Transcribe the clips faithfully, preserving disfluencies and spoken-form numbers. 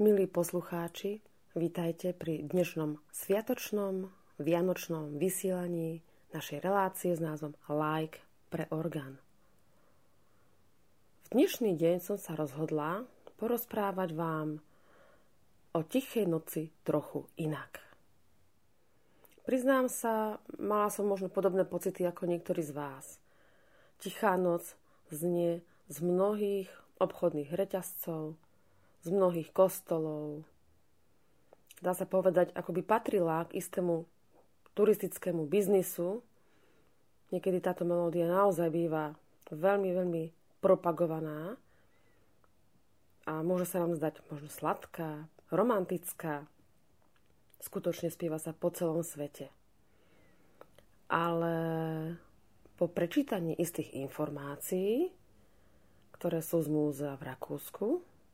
Milí poslucháči, vítajte pri dnešnom sviatočnom vianočnom vysielaní našej relácie s názvom Like pre orgán. V dnešný deň som sa rozhodla porozprávať vám o Tichej noci trochu inak. Priznám sa, mala som možno podobné pocity ako niektorí z vás. Tichá noc znie z mnohých obchodných reťazcov, z mnohých kostolov. Dá sa povedať, ako by patrila k istému turistickému biznisu. Niekedy táto melódia naozaj býva veľmi, veľmi propagovaná a môže sa vám zdať možno sladká, romantická. Skutočne spieva sa po celom svete. Ale po prečítaní istých informácií, ktoré sú z múzea v Rakúsku,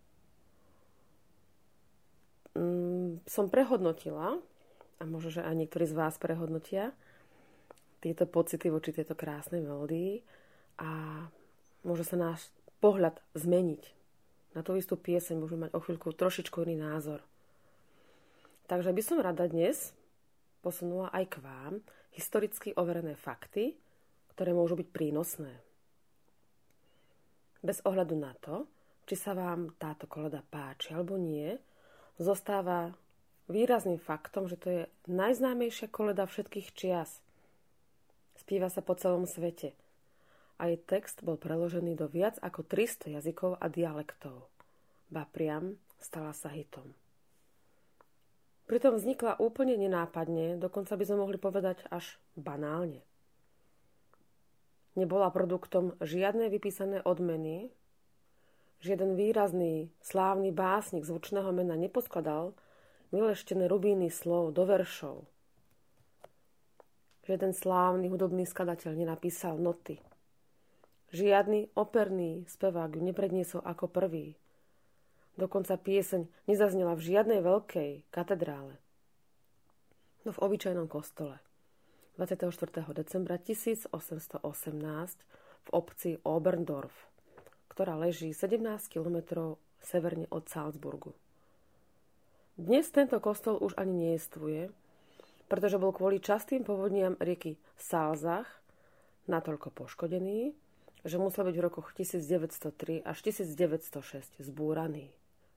som prehodnotila, a možno, že aj niektorí z vás prehodnotia, tieto pocity voči tejto krásnej melódii a môže sa náš pohľad zmeniť. Na tú istú pieseň môžeme mať o chvíľku trošičku iný názor. Takže by som rada dnes posunula aj k vám historicky overené fakty, ktoré môžu byť prínosné. Bez ohľadu na to, či sa vám táto koleda páči alebo nie, zostáva výrazným faktom, že to je najznámejšia koleda všetkých čias. Spieva sa po celom svete. A jej text bol preložený do viac ako tristo jazykov a dialektov. Ba priam stala sa hitom. Pritom vznikla úplne nenápadne, dokonca by sme mohli povedať až banálne. Nebola produktom žiadnej vypísané odmeny, žiaden výrazný, slávny básnik zvučného mena neposkladal vyleštené rubíny slov do veršov. Žiaden slávny hudobný skladateľ nenapísal noty. Žiadny operný spevák ju nepredniesol ako prvý. Dokonca pieseň nezaznela v žiadnej veľkej katedrále. No v obyčajnom kostole. dvadsiateho štvrtého decembra tisícosemstoosemnásť v obci Oberndorf, ktorá leží sedemnásť kilometrov severne od Salzburgu. Dnes tento kostol už ani nejestvuje, pretože bol kvôli častým povodniam rieky Salzach natoľko poškodený, že musel byť v rokoch tisícdeväťstotri až tisícdeväťstošesť zbúraný.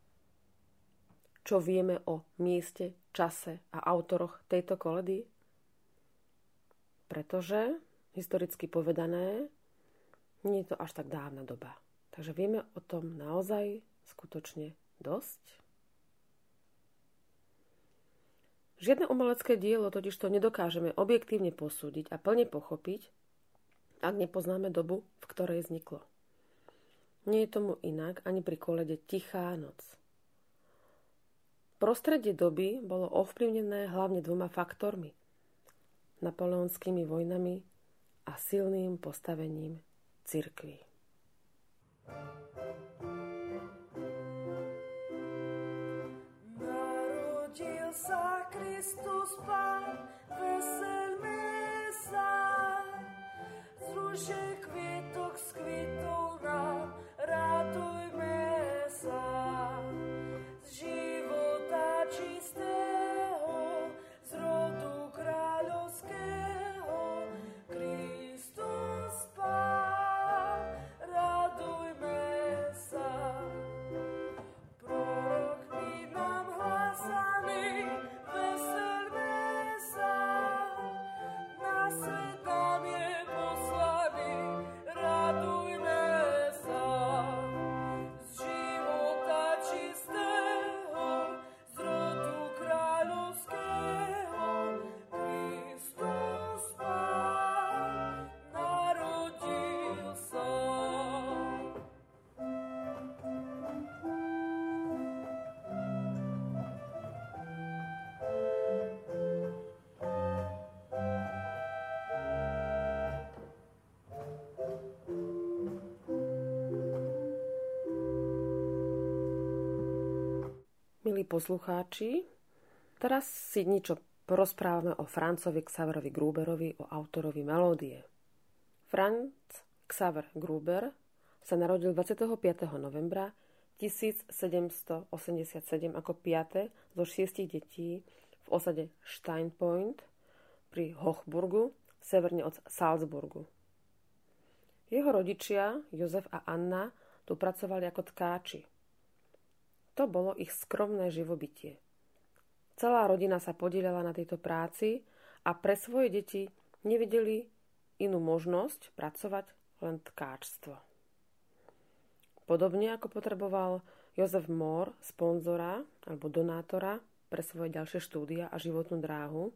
Čo vieme o mieste, čase a autoroch tejto koledy? Pretože, historicky povedané, nie je to až tak dávna doba. Takže vieme o tom naozaj skutočne dosť. Žiadne umelecké dielo totižto nedokážeme objektívne posúdiť a plne pochopiť, ak nepoznáme dobu, v ktorej vzniklo. Nie je tomu inak ani pri kolede Tichá noc. Prostredie doby bolo ovplyvnené hlavne dvoma faktormi. Napoleonskými vojnami a silným postavením cirkvi. Narodil sa Kristus Pán, veselme sa, z rúžiek kvietok skvitol nám, radujme sa, z života čistého, z rodu kráľovského, Kristus Pán, radujme sa. Prorokmi nám hlásaný, veselme sa, na svet nám je poslaný, radujme sa. Z života čistého, z rodu kráľovského, Kristus Pán, narodil sa. Milí poslucháči, teraz si niečo porozprávame o Franzovi Xaverovi Gruberovi, o autorovi melódie. Franz Xaver Gruber sa narodil dvadsiateho piateho novembra tisícsedemstoosemdesiatsedem ako piate zo šiestich detí v osade Steinpoint pri Hochburgu, severne od Salzburgu. Jeho rodičia, Jozef a Anna, tu pracovali ako tkáči. To bolo ich skromné živobytie. Celá rodina sa podieľala na tejto práci a pre svoje deti nevideli inú možnosť pracovať len tkáčstvo. Podobne ako potreboval Jozef Mohr sponzora alebo donátora pre svoje ďalšie štúdia a životnú dráhu,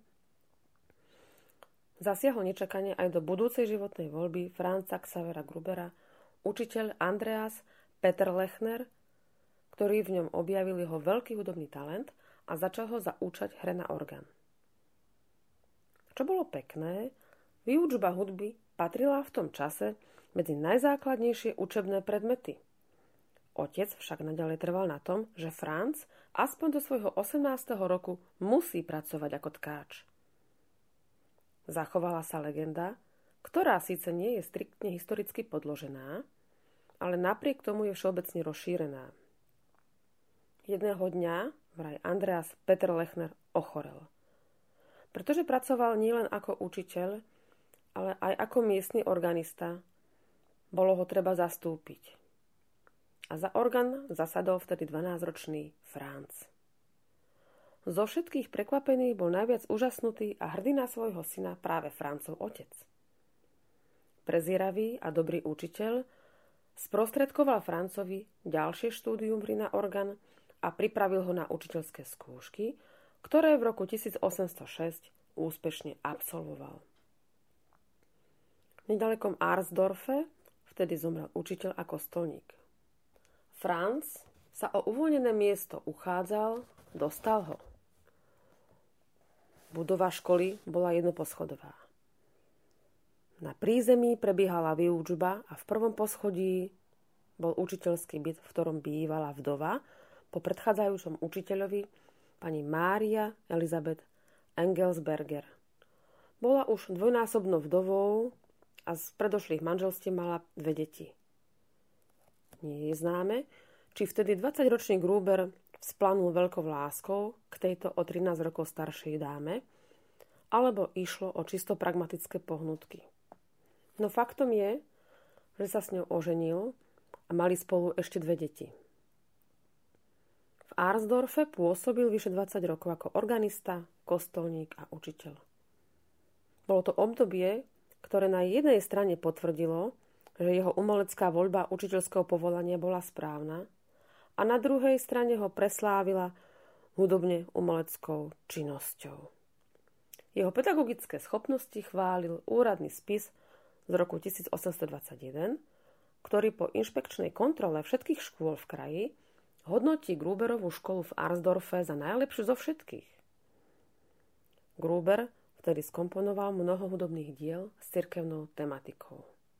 zasiahol nečakane aj do budúcej životnej voľby Franza Xavera Grubera učiteľ Andreas Peter Lechner, ktorý v ňom objavil jeho veľký hudobný talent a začal ho zaúčať hre na orgán. Čo bolo pekné, výučba hudby patrila v tom čase medzi najzákladnejšie učebné predmety. Otec však naďalej trval na tom, že Franz aspoň do svojho osemnásteho roku musí pracovať ako tkáč. Zachovala sa legenda, ktorá síce nie je striktne historicky podložená, ale napriek tomu je všeobecne rozšírená. Jedného dňa vraj Andreas Peter Lechner ochorel. Pretože pracoval nielen ako učiteľ, ale aj ako miestny organista, bolo ho treba zastúpiť. A za orgán zasadol vtedy dvanásťročný Franz. Zo všetkých prekvapených bol najviac úžasnutý a hrdý na svojho syna práve Franzov otec. Prezieravý a dobrý učiteľ sprostredkoval Francovi ďalšie štúdium hry na orgán a pripravil ho na učiteľské skúšky, ktoré v roku tisícosemstošesť úspešne absolvoval. V nedalekom Arsdorfe vtedy zomrel učiteľ a kostolník. Franz sa o uvoľnené miesto uchádzal, dostal ho. Budova školy bola jednoposchodová. Na prízemí prebiehala výučba a v prvom poschodí bol učiteľský byt, v ktorom bývala vdova po predchádzajúcom učiteľovi pani Mária Elizabeth Engelsberger. Bola už dvojnásobnou vdovou a z predošlých manželstiev mala dve deti. Nie je známe, či vtedy dvadsaťročný Gruber splanul veľkou láskou k tejto o trinásť rokov staršej dáme, alebo išlo o čisto pragmatické pohnutky. No faktom je, že sa s ňou oženil a mali spolu ešte dve deti. V Arsdorfe pôsobil vyše dvadsať rokov ako organista, kostolník a učiteľ. Bolo to obdobie, ktoré na jednej strane potvrdilo, že jeho umelecká voľba učiteľského povolania bola správna, a na druhej strane ho preslávila hudobne umeleckou činnosťou. Jeho pedagogické schopnosti chválil úradný spis z roku tisícosemstodvadsaťjeden, ktorý po inšpekčnej kontrole všetkých škôl v kraji hodnotí Gruberovú školu v Arsdorfe za najlepšiu zo všetkých. Gruber vtedy skomponoval mnoho hudobných diel s cirkevnou tematikou.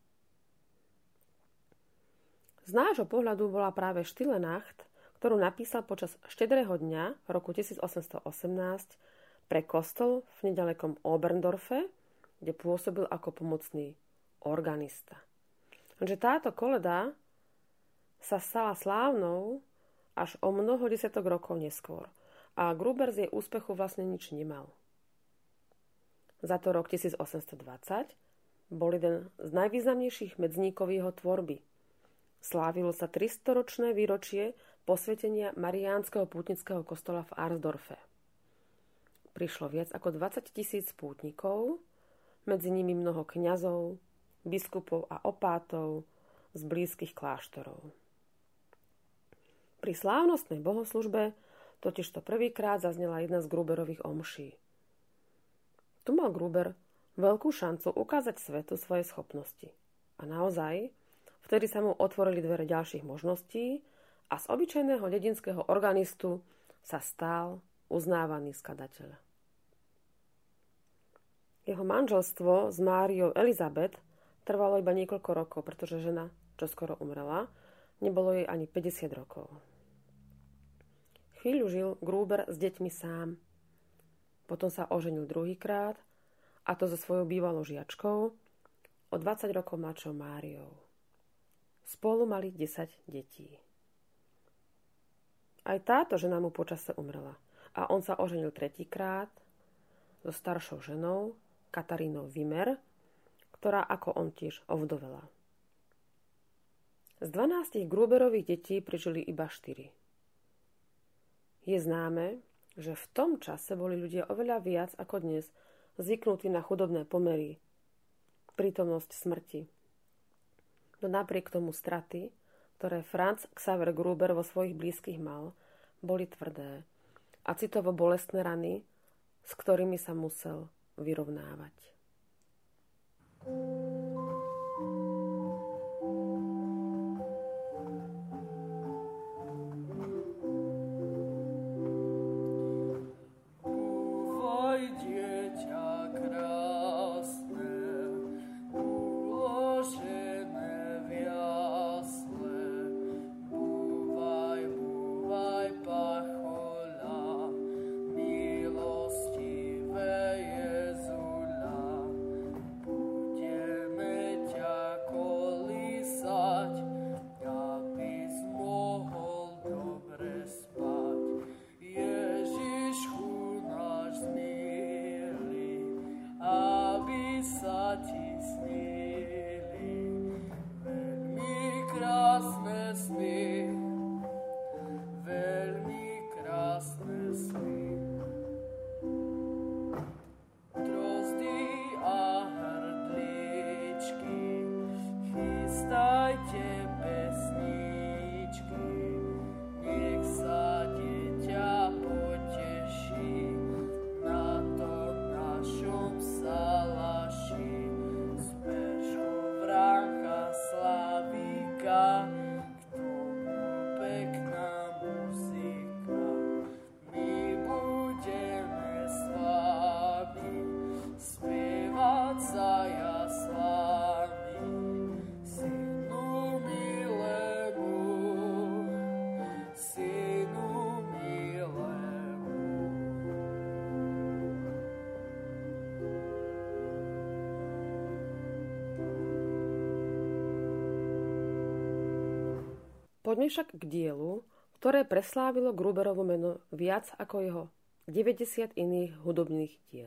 Z nášho pohľadu bola práve Stille Nacht, ktorú napísal počas štedrého dňa roku tisícosemstoosemnásť pre kostol v nedalekom Oberndorfe, kde pôsobil ako pomocný organista. Lenže táto koleda sa stala slávnou až o mnoho desiatok rokov neskôr a Gruber z jej úspechu vlastne nič nemal. Za to rok tisícosemstodvadsať bol jeden z najvýznamnejších medzníkov jeho tvorby. Slávilo sa tristoročné výročie posvetenia Mariánskeho pútnického kostola v Arsdorfe. Prišlo viac ako dvadsať tisíc pútnikov, medzi nimi mnoho kňazov, biskupov a opátov z blízkych kláštorov. Pri slávnostnej bohoslužbe totižto prvýkrát zaznela jedna z Gruberových omší. Tu mal Gruber veľkú šancu ukázať svetu svoje schopnosti. A naozaj, vtedy sa mu otvorili dvere ďalších možností a z obyčajného dedinského organistu sa stal uznávaný skladateľ. Jeho manželstvo s Máriou Elizabeth trvalo iba niekoľko rokov, pretože žena čoskoro umrela, nebolo jej ani päťdesiat rokov. Chvíľu žil Gruber s deťmi sám. Potom sa oženil druhýkrát, a to so svojou bývalou žiačkou, o dvadsať rokov mladšou Máriou. Spolu mali desať detí. Aj táto žena mu počase umrela a on sa oženil tretíkrát so staršou ženou, Katarínou Wimmer, ktorá ako on tiež ovdovela. Z dvanástich Gruberových detí prežili iba štyri. Je známe, že v tom čase boli ľudia oveľa viac ako dnes zvyknutí na chudobné pomery, prítomnosť smrti. No napriek tomu straty, ktoré Franz Xaver Gruber vo svojich blízkych mal, boli tvrdé a citovo bolestné rany, s ktorými sa musel vyrovnávať. Poďme však k dielu, ktoré preslávilo Gruberovo meno viac ako jeho deväťdesiat iných hudobných diel.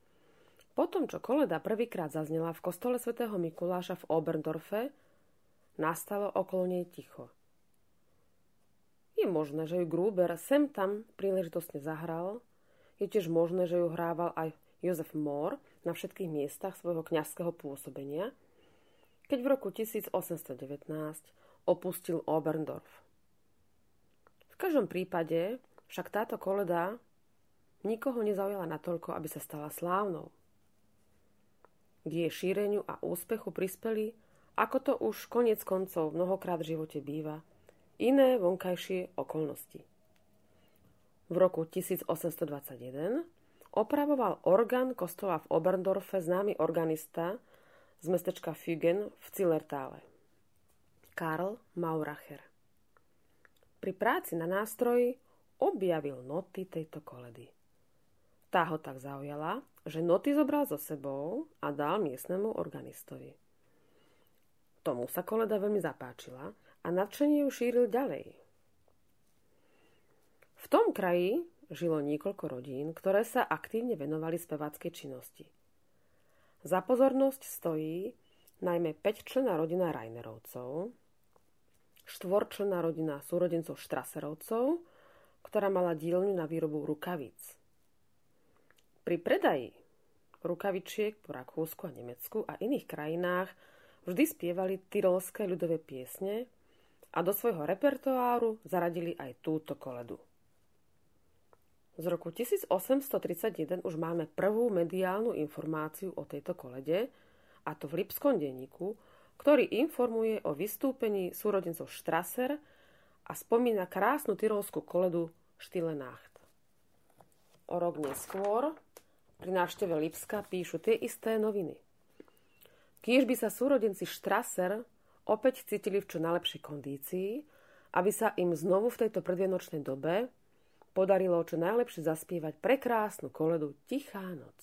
Potom, čo koleda prvýkrát zaznela v kostole svätého Mikuláša v Oberndorfe, nastalo okolo nej ticho. Je možné, že ju Gruber sem tam príležitostne zahral, je tiež možné, že ju hrával aj Josef Mohr na všetkých miestach svojho kňazského pôsobenia, keď v roku tisícosemstodevätnásť opustil Oberndorf. V každom prípade však táto koleda nikoho nezaujala natoľko, aby sa stala slávnou. K jej šíreniu a úspechu prispeli, ako to už koniec koncov mnohokrát v živote býva, iné vonkajšie okolnosti. V roku tisícosemstodvadsaťjeden opravoval orgán kostola v Oberndorfe známy organista z mestečka Fügen v Zillertále, Karl Mauracher. Pri práci na nástroji objavil noty tejto koledy. Tá ho tak zaujala, že noty zobral so sebou a dal miestnemu organistovi. Tomu sa koleda veľmi zapáčila a nadšenie ju šíril ďalej. V tom kraji žilo niekoľko rodín, ktoré sa aktívne venovali speváckej činnosti. Za pozornosť stojí najmä päťčlenná rodina Rainerovcov, štvorčlenná rodina súrodencov Strasserovcov, ktorá mala dielňu na výrobu rukavíc. Pri predaji rukavičiek po Rakúsku a Nemecku a iných krajinách vždy spievali tyrolské ľudové piesne a do svojho repertoáru zaradili aj túto koledu. Z roku tisícosemstotridsaťjeden už máme prvú mediálnu informáciu o tejto kolede, a to v Lipskom denníku, ktorý informuje o vystúpení súrodencov Strasser a spomína krásnu tyrolskú koledu Stille Nacht. O rok neskôr pri návšteve Lipska píšu tie isté noviny. Kiež by sa súrodenci Strasser opäť cítili v čo najlepšej kondícii, aby sa im znovu v tejto predvianočnej dobe podarilo čo najlepšie zaspievať prekrásnu koledu Tichá noc.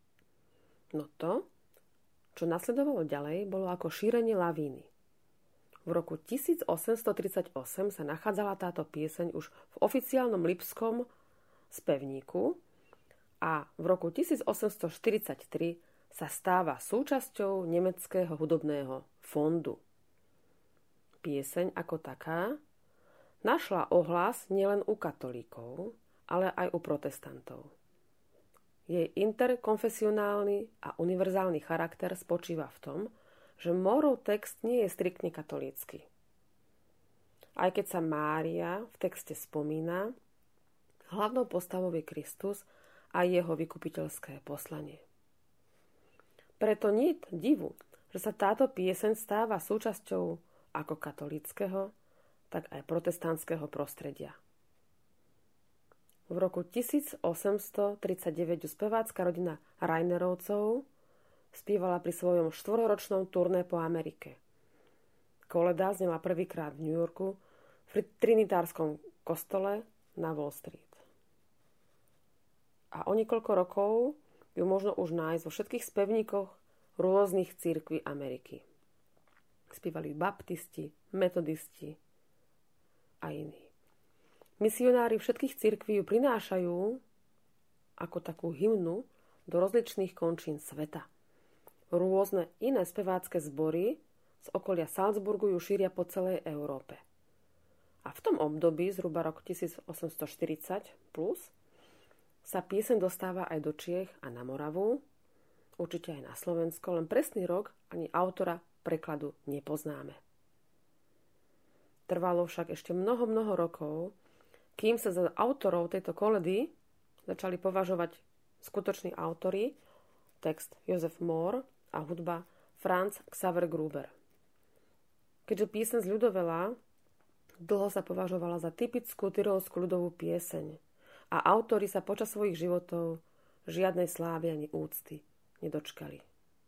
No to, čo nasledovalo ďalej, bolo ako šírenie lavíny. V roku tisícosemstotridsaťosem sa nachádzala táto pieseň už v oficiálnom lipskom spevníku a v roku tisícosemstoštyridsaťtri sa stáva súčasťou nemeckého hudobného fondu. Pieseň ako taká našla ohlas nielen u katolíkov, ale aj u protestantov. Jej interkonfesionálny a univerzálny charakter spočíva v tom, že Moorov text nie je striktne katolícky. Aj keď sa Mária v texte spomína, hlavnou postavou je Kristus a jeho vykupiteľské poslanie. Preto nie je divu, že sa táto pieseň stáva súčasťou ako katolíckeho, tak aj protestantského prostredia. V roku tisícosemstotridsaťdeväť spevácka rodina Rainerovcov spievala pri svojom štvororočnom turné po Amerike. Koleda znela prvýkrát v New Yorku v trinitárskom kostole na Wall Street. A o niekoľko rokov ju možno už nájsť vo všetkých spevníkoch rôznych cirkví Ameriky. Spievali baptisti, metodisti a iní. Misionári všetkých cirkví ju prinášajú ako takú hymnu do rozličných končín sveta. Rôzne iné spevácké zbory z okolia Salzburgu ju šíria po celej Európe. A v tom období, zhruba rok tisícosemstoštyridsať plus, sa pieseň dostáva aj do Čiech a na Moravu, určite aj na Slovensko, len presný rok ani autora prekladu nepoznáme. Trvalo však ešte mnoho, mnoho rokov, kým sa za autorov tejto koledy začali považovať skutoční autori, text Josef Mohr a hudba Franz Xaver Gruber. Keďže pieseň z ľudovela dlho sa považovala za typickú tyrolskú ľudovú pieseň a autori sa počas svojich životov žiadnej slávy ani úcty nedočkali.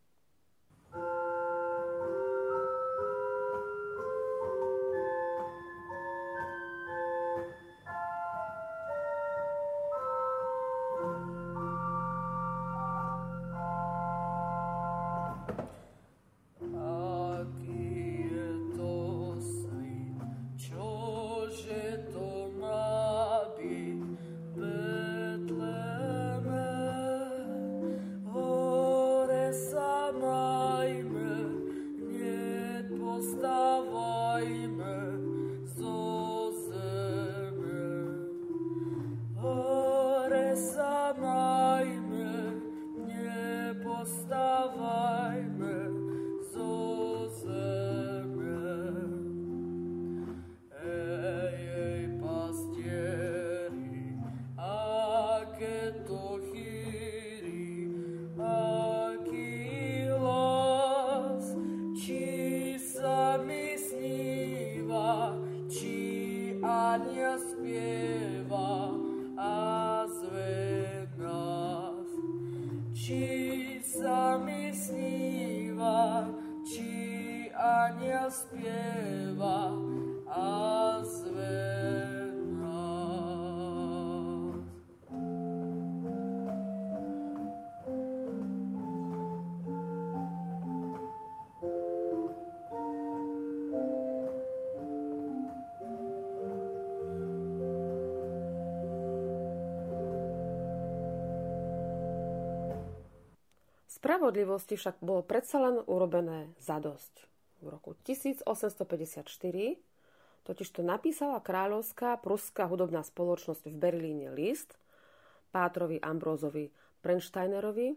Spravodlivosti však bolo predsa len urobené zadosť. V roku tisícosemstopäťdesiatštyri totižto napísala kráľovská pruská hudobná spoločnosť v Berlíne list pátrovi Ambrózovi Prensteinerovi,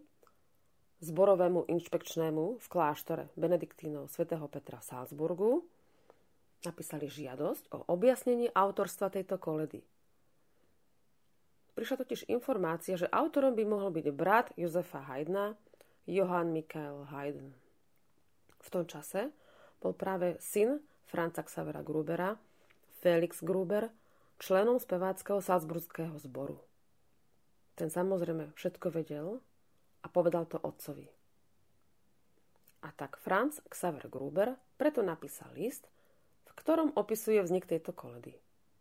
zborovému inšpekčnému v kláštore Benediktínov svätého Petra v Salzburgu. Napísali žiadosť o objasnenie autorstva tejto koledy. Prišla totiž informácia, že autorom by mohol byť brat Josefa Haydna, Johann Michael Haydn. V tom čase bol práve syn Franza Xavera Grubera, Felix Gruber, členom speváckeho salzburského zboru. Ten samozrejme všetko vedel a povedal to otcovi. A tak Franz Xaver Gruber preto napísal list, v ktorom opisuje vznik tejto koledy.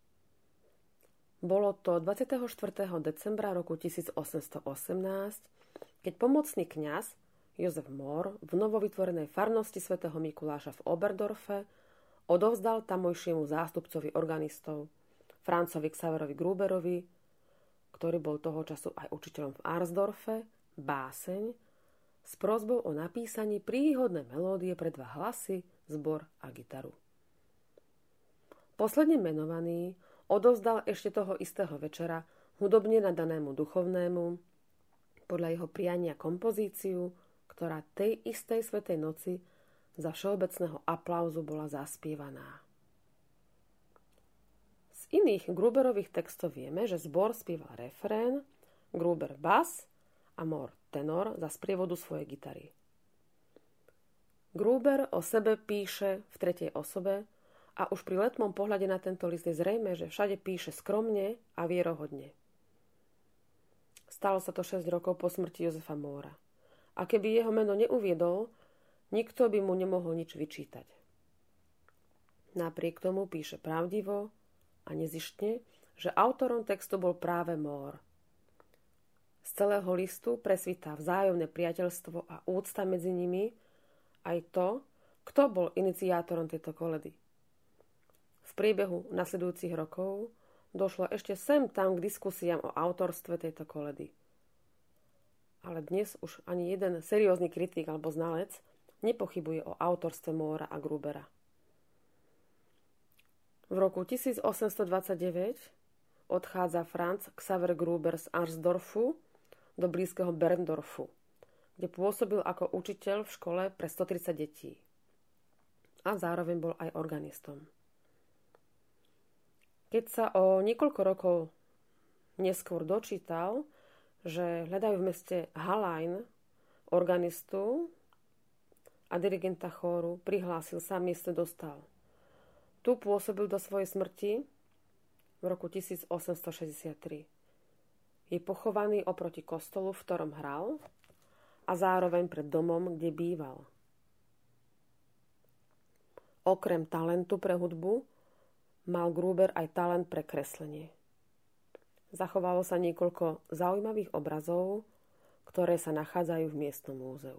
Bolo to dvadsiateho štvrtého decembra roku tisícosemstoosemnásť, keď pomocný kňaz Josef Mohr v novovytvorenej farnosti svätého Mikuláša v Oberdorfe odovzdal tamojšiemu zástupcovi organistov, Francovi Xaverovi Gruberovi, ktorý bol toho času aj učiteľom v Arsdorfe, báseň s prosbou o napísaní príhodnej melódie pre dva hlasy, zbor a gitaru. Posledne menovaný odovzdal ešte toho istého večera hudobne nadanému duchovnému podľa jeho priania kompozíciu, ktorá tej istej svätej noci za všeobecného aplauzu bola zaspievaná. Z iných Gruberových textov vieme, že zbor spieval refrén, Gruber bas a Mohr tenor za sprievodu svojej gitary. Gruber o sebe píše v tretej osobe a už pri letmom pohľade na tento list je zrejme, že všade píše skromne a vierohodne. Stalo sa to šesť rokov po smrti Jozefa Mohra. A keby jeho meno neuviedol, nikto by mu nemohol nič vyčítať. Napriek tomu píše pravdivo a nezištne, že autorom textu bol práve Mohr. Z celého listu presvitá vzájomné priateľstvo a úcta medzi nimi, aj to, kto bol iniciátorom tejto koledy. V priebehu nasledujúcich rokov došlo ešte sem tam k diskusiám o autorstve tejto koledy. Ale dnes už ani jeden seriózny kritik alebo znalec nepochybuje o autorstve Mohra a Grubera. V roku tisícosemstodvadsaťdeväť odchádza Franz Xaver Gruber z Arsdorfu do blízkeho Berndorfu, kde pôsobil ako učiteľ v škole pre stotridsať detí a zároveň bol aj organistom. Keď sa o niekoľko rokov neskôr dočítal, že hľadajú v meste Hallein organistu a dirigenta chóru, prihlásil sa, miesto dostal. Tu pôsobil do svojej smrti v roku tisícosemstošesťdesiattri. Je pochovaný oproti kostolu, v ktorom hral a zároveň pred domom, kde býval. Okrem talentu pre hudbu mal Gruber aj talent pre kreslenie. Zachovalo sa niekoľko zaujímavých obrazov, ktoré sa nachádzajú v miestnom múzeu.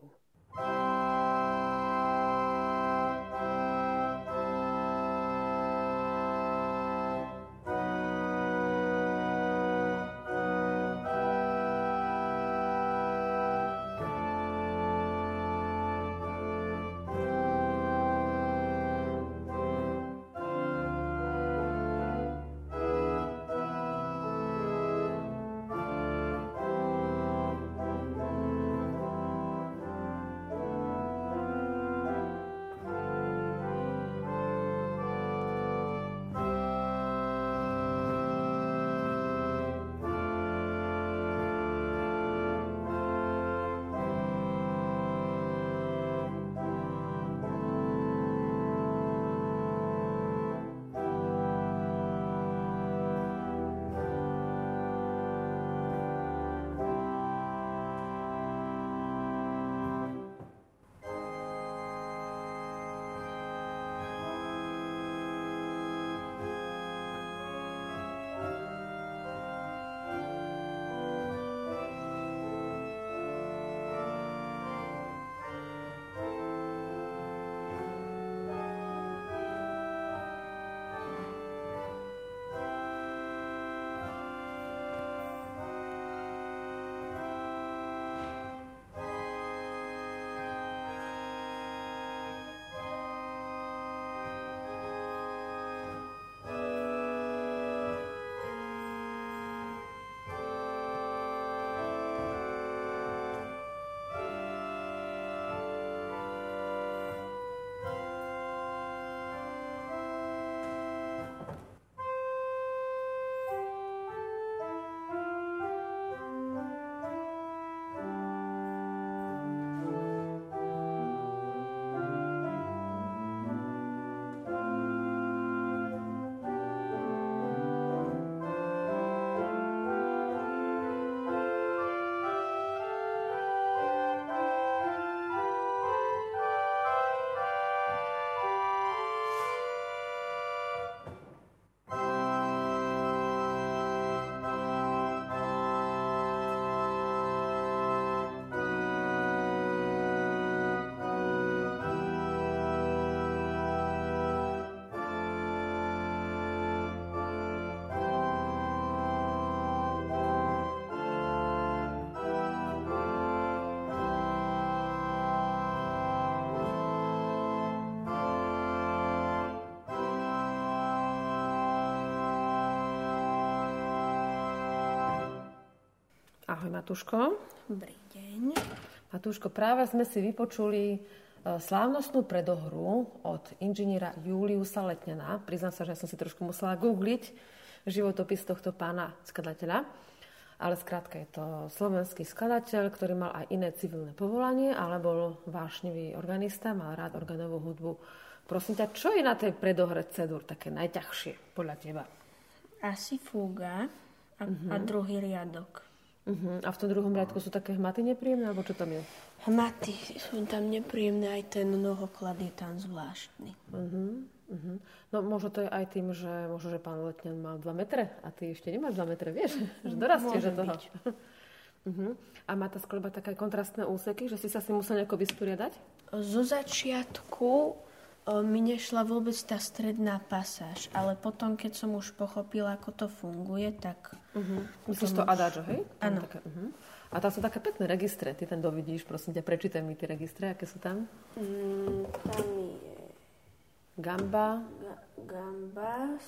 Ahoj, Matúško. Dobrý deň. Matúško, práve sme si vypočuli slávnostnú predohru od inžiniera Juliusa Letňana. Priznám sa, že ja som si trošku musela googliť životopis tohto pána skladateľa. Ale skrátka je to slovenský skladateľ, ktorý mal aj iné civilné povolanie, ale bol vášnivý organista, mal rád organovú hudbu. Prosím ťa, čo je na tej predohre C-dur také najťažšie podľa teba? Asi fúga a, uh-huh. a druhý riadok. Uh-huh. A v tom druhom riadku sú také hmaty nepríjemné, alebo čo tam je? Hmaty sú tam nepríjemné, aj ten nohoklad je tam zvláštny. Uh-huh. Uh-huh. No možno to je aj tým, že možno, že pán Letňan mal dva metre a ty ešte nemáš dva metre, vieš? Že dorastieš do toho. Uh-huh. A má tá skladba také kontrastné úseky, že si sa s tým musel nejako vysporiadať? Zo začiatku o, mi nešla vôbec tá stredná pasáž, ale potom, keď som už pochopila, ako to funguje, tak... Uh-huh. Myslíš to už... adagio, hej? Áno. Také, uh-huh. A tam sú také pekné registre, ty tam dovidíš, prosím ťa, prečítaj mi tie registre, aké sú tam? Mm, tam je... Gamba. Ga- gamba,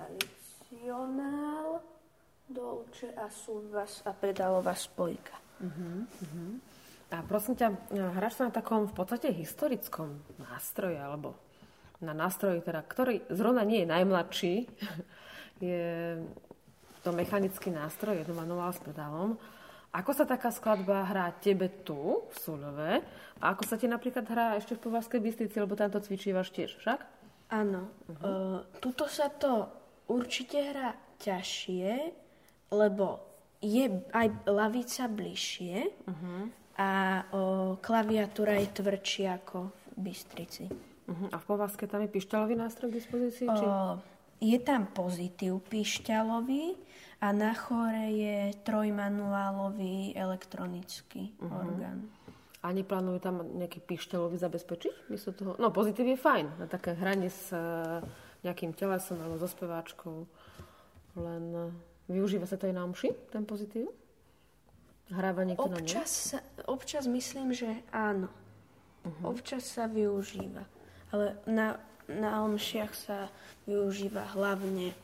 salicionál, dolce a subas a pedalová spojka. Uh-huh, uh-huh. A prosím ťa, hráš sa na takom v podstate historickom nástroji, alebo na nástroji, teda, ktorý zrovna nie je najmladší, je to mechanický nástroj, jednomanuál s pedálom. Ako sa taká skladba hrá tebe tu, v Suľove, a ako sa ti napríklad hrá ešte v Považskej Bystrici, lebo tam to cvičívaš tiež, však? Áno. Uh-huh. Uh, tuto sa to určite hrá ťažšie, lebo je aj lavica bližšie uh-huh. a uh, klaviatúra je tvrdšia ako v Bystrici. Uh-huh. A v Považskej tam je pišťalový nástroj k dispozícii? Či... Uh, je tam pozitív pišťalový a na chóre je trojmanuálový elektronický uh-huh. orgán. A neplánujú tam nejaký pišťalový zabezpečiť? Miesto toho? No, pozitív je fajn. Na také hranie s uh, nejakým telesom alebo so speváčkou. Len uh, využíva sa to aj na omši, ten pozitív? Hráva niekto na občas, sa, občas myslím, že áno. Uh-huh. Občas sa využíva. Ale na, na omšiach sa využíva hlavne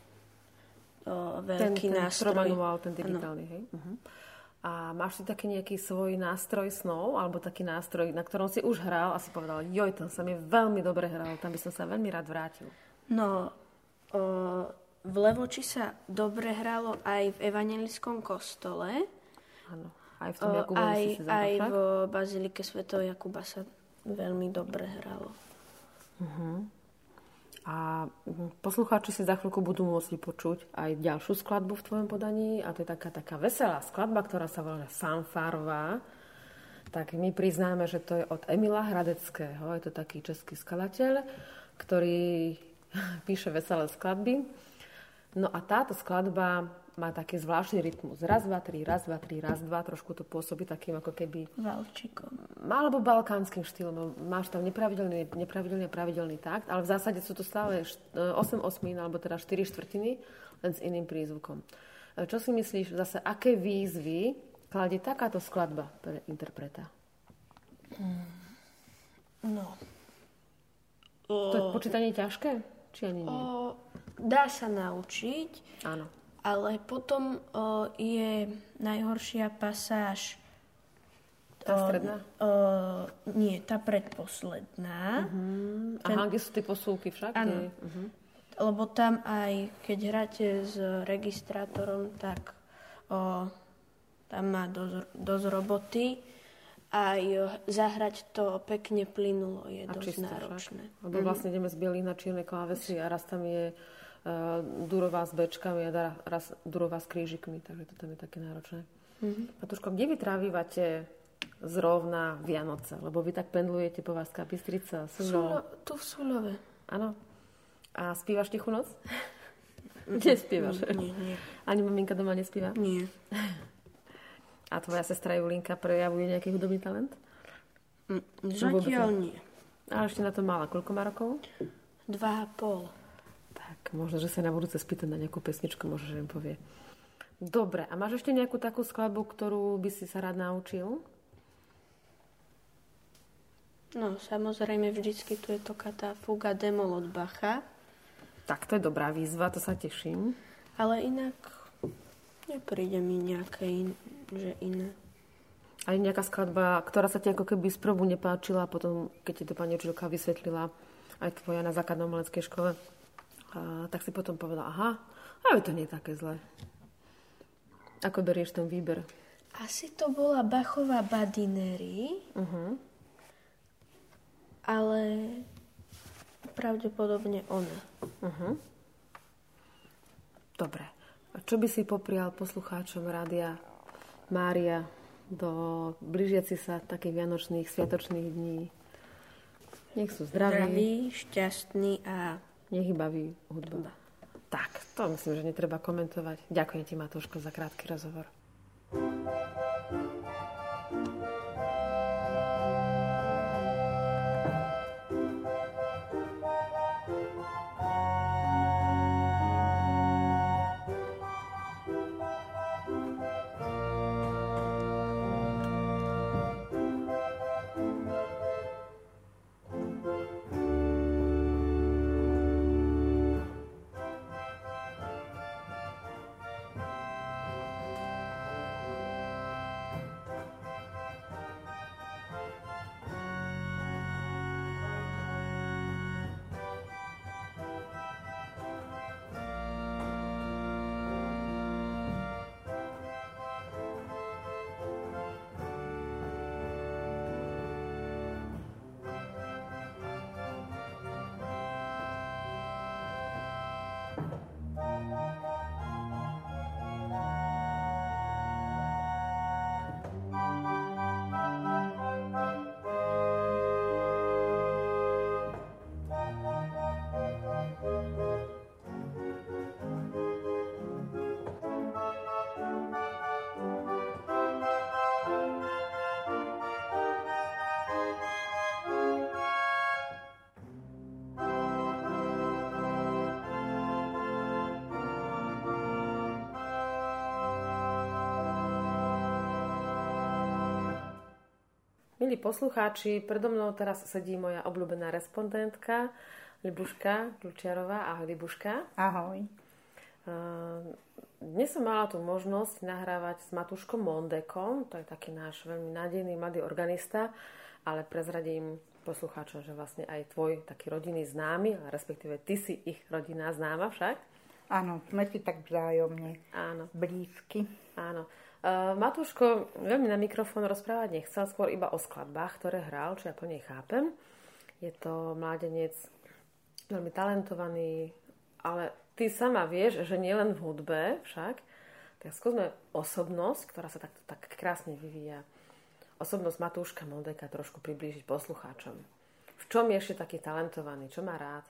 o, veľký ten, ten nástroj. Manuál, ten digitálny, hej? Uh-huh. A máš si taký nejaký svoj nástroj snov, alebo taký nástroj, na ktorom si už hral a si povedal, joj, tam sa mi veľmi dobre hral, tam by som sa veľmi rád vrátil. No, o, v Levoči sa dobre hralo aj v evanjelickom kostole. Áno, aj v tom Jakubovi aj, si si zabral, aj však? v bazilike svätého Jakuba sa veľmi dobre hralo. Uh-huh. A poslucháči si za chvíľku budú môcť vypočuť aj ďalšiu skladbu v tvojom podaní a to je taká, taká veselá skladba, ktorá sa volá Fanfarva. Tak my priznáme, že to je od Emila Hradeckého. Je to taký český skladateľ, ktorý píše veselé skladby. No a táto skladba má taký zvláštny rytmus. Raz, dva, tri, raz, dva, tri, raz, dva. Trošku to pôsobí takým ako keby... Valčikom. Alebo balkánskym štýlom. Máš tam nepravidelný, nepravidelný a pravidelný takt, ale v zásade sú to stále osem osmín, alebo teda štyri štvrtiny, len s iným prízvukom. Čo si myslíš, zase aké výzvy kladie takáto skladba pre interpreta? No. To je počítanie ťažké? Či ani nie? O, dá sa naučiť. Áno. Ale potom o, je najhoršia pasáž... Tá stredná? O, nie, tá predposledná. Uh-huh. Ten... Aha, kde sú tie posúvky však? Áno. Uh-huh. Lebo tam aj, keď hráte s registrátorom, tak o, tam má dosť, dosť roboty. Aj zahrať to pekne plynulo je a dosť náročné. Však. Lebo vlastne ideme z bielých na čierne klávesy a raz tam je uh, durová s bečkami a raz durová s krížikmi, takže to tam je také náročné. Mm-hmm. Matúško, kde vy trávivate zrovna Vianoce? Lebo vy tak pendlujete Považská Bystrica, Suľov. Tu v Suľove. Áno. A spívaš Tichú noc? Nespívaš? Nie, nie. Ani maminka doma nespíva? Nie. A tvoja sestra Julinka prejavuje nejaký hudobný talent? Mm, zatiaľ nie. Ale ešte na to mala. Koľko má rokov? Dva a pol. Tak, možno, že sa na budúce spýta na nejakú pesničku, možno, že im povie. Dobre, a máš ešte nejakú takú skladbu, ktorú by si sa rád naučil? No, samozrejme, vždycky tu je toká tá fuga Demol od Bacha. Tak, to je dobrá výzva, to sa teším. Ale inak Nepríde mi nejaké in, že iné. Aj nejaká skladba, ktorá sa ti ako keby z prvú nepáčila a potom, keď ti to pani učiteľka vysvetlila, aj tvoja na základnej umeleckej škole, a tak si potom povedala, aha, ale to nie je také zlé. Ako berieš ten výber? Asi to bola Bachová Badinery, Uh-huh. ale pravdepodobne ona. Uh-huh. Dobre. A čo by si poprial poslucháčom Rádia Mária do blížiaci sa takých vianočných, sviatočných dní? Nech sú zdraví. Zdraví, šťastný a Nechybavý hudba. Tak, to myslím, že netreba komentovať. Ďakujem ti, Matúško, za krátky rozhovor. Milí poslucháči, predo mnou teraz sedí moja obľúbená respondentka Libuška Kľučiarová. Ahoj, Libuška. Ahoj. Dnes som mala tú možnosť nahrávať s Matúškom Mondekom, to je taký náš veľmi nádejný mladý organista, ale prezradím poslucháčom, že vlastne aj tvoj taký rodinný známy, respektíve ty si ich rodinná známa však. Áno, sme si tak vzájomne Áno. blízky. Áno. Uh, Matúško veľmi na mikrofón rozprávať nechcel, skôr iba o skladbách, ktoré hral, čo ja plne chápem. Je to mládenec veľmi talentovaný, ale ty sama vieš, že nielen v hudbe však, tak skúsme osobnosť, ktorá sa tak, tak krásne vyvíja. Osobnosť Matúška Mondeka trošku priblížiť poslucháčom. V čom je ešte taký talentovaný? Čo má rád?